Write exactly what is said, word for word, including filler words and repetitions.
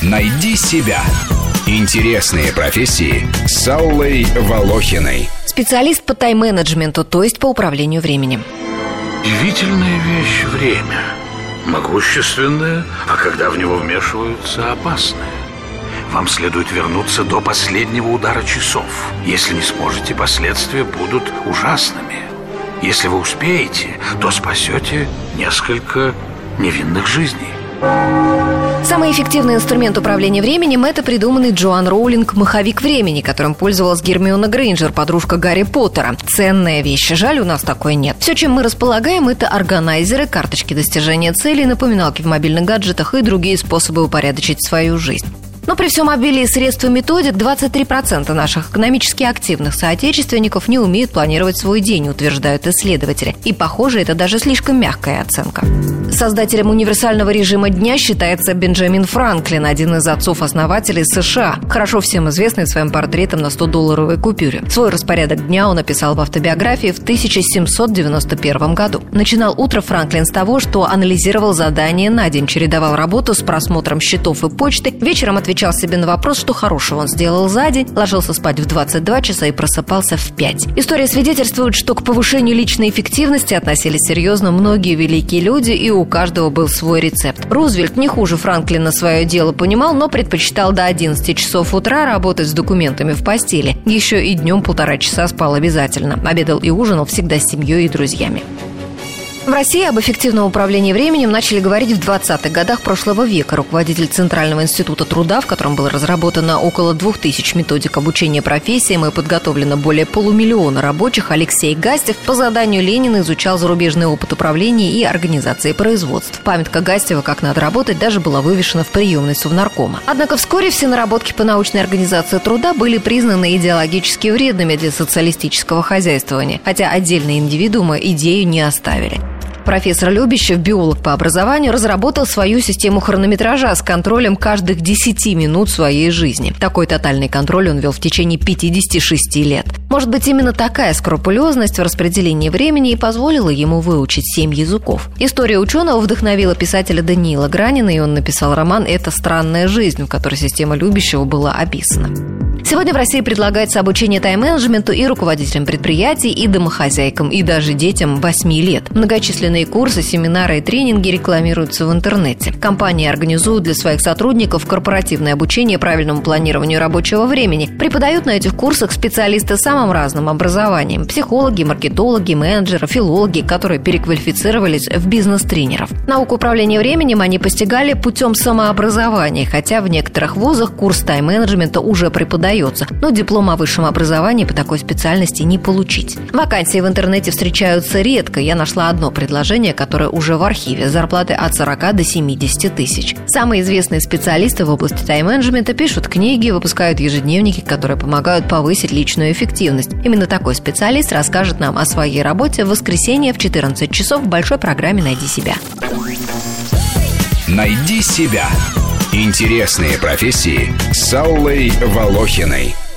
Найди себя. Интересные профессии с Аллой Волохиной. Специалист по тайм-менеджменту, то есть по управлению временем. Удивительная вещь – время. Могущественное, а когда в него вмешиваются, опасное. Вам следует вернуться до последнего удара часов. Если не сможете, последствия будут ужасными. Если вы успеете, то спасете несколько невинных жизней. Самый эффективный инструмент управления временем – это придуманный Джоан Роулинг «Маховик времени», которым пользовалась Гермиона Грейнджер, подружка Гарри Поттера. Ценная вещь. Жаль, у нас такой нет. Все, чем мы располагаем, это органайзеры, карточки достижения целей, напоминалки в мобильных гаджетах и другие способы упорядочить свою жизнь. Но при всем обилии средств и методик двадцать три процента наших экономически активных соотечественников не умеют планировать свой день, утверждают исследователи. И, похоже, это даже слишком мягкая оценка. Создателем универсального режима дня считается Бенджамин Франклин, один из отцов-основателей США, хорошо всем известный своим портретом на сто-долларовой купюре. Свой распорядок дня он описал в автобиографии в тысяча семьсот девяносто первом году. Начинал утро Франклин с того, что анализировал задания на день, чередовал работу с просмотром счетов и почты, вечером отвечал себе на вопрос, что хорошего он сделал за день, ложился спать в двадцать два часа и просыпался в пять. История свидетельствует, что к повышению личной эффективности относились серьезно многие великие люди, и у каждого был свой рецепт. Рузвельт не хуже Франклина свое дело понимал, но предпочитал до одиннадцати часов утра работать с документами в постели. Еще и днем полтора часа спал обязательно. Обедал и ужинал всегда с семьей и друзьями. В России об эффективном управлении временем начали говорить в двадцатых годах прошлого века. Руководитель Центрального института труда, в котором было разработано около двух тысяч методик обучения профессиям и подготовлено более полумиллиона рабочих, Алексей Гастев по заданию Ленина изучал зарубежный опыт управления и организации производств. Памятка Гастева «Как надо работать» даже была вывешена в приемной Совнаркома. Однако вскоре все наработки по научной организации труда были признаны идеологически вредными для социалистического хозяйствования, хотя отдельные индивидуумы идею не оставили. Профессор Любящев, биолог по образованию, разработал свою систему хронометража с контролем каждых десяти минут своей жизни. Такой тотальный контроль он вел в течение пятидесяти шести лет. Может быть, именно такая скрупулезность в распределении времени и позволила ему выучить семь языков. История ученого вдохновила писателя Даниила Гранина, и он написал роман «Это странная жизнь», в которой система Любящева была описана. Сегодня в России предлагается обучение тайм-менеджменту и руководителям предприятий, и домохозяйкам, и даже детям восьми лет. Многочисленные курсы, семинары и тренинги рекламируются в интернете. Компании организуют для своих сотрудников корпоративное обучение правильному планированию рабочего времени. Преподают на этих курсах специалисты с самым разным образованием. Психологи, маркетологи, менеджеры, филологи, которые переквалифицировались в бизнес-тренеров. Науку управления временем они постигали путем самообразования, хотя в некоторых вузах курс тайм-менеджмента уже преподается. Но диплом о высшем образовании по такой специальности не получить. Вакансии в интернете встречаются редко. Я нашла одно предложение, которое уже в архиве. Зарплаты от сорока до семидесяти тысяч. Самые известные специалисты в области тайм-менеджмента пишут книги, выпускают ежедневники, которые помогают повысить личную эффективность. Именно такой специалист расскажет нам о своей работе в воскресенье в четырнадцать часов в большой программе «Найди себя». «Найди себя». Интересные профессии с Аллой Волохиной.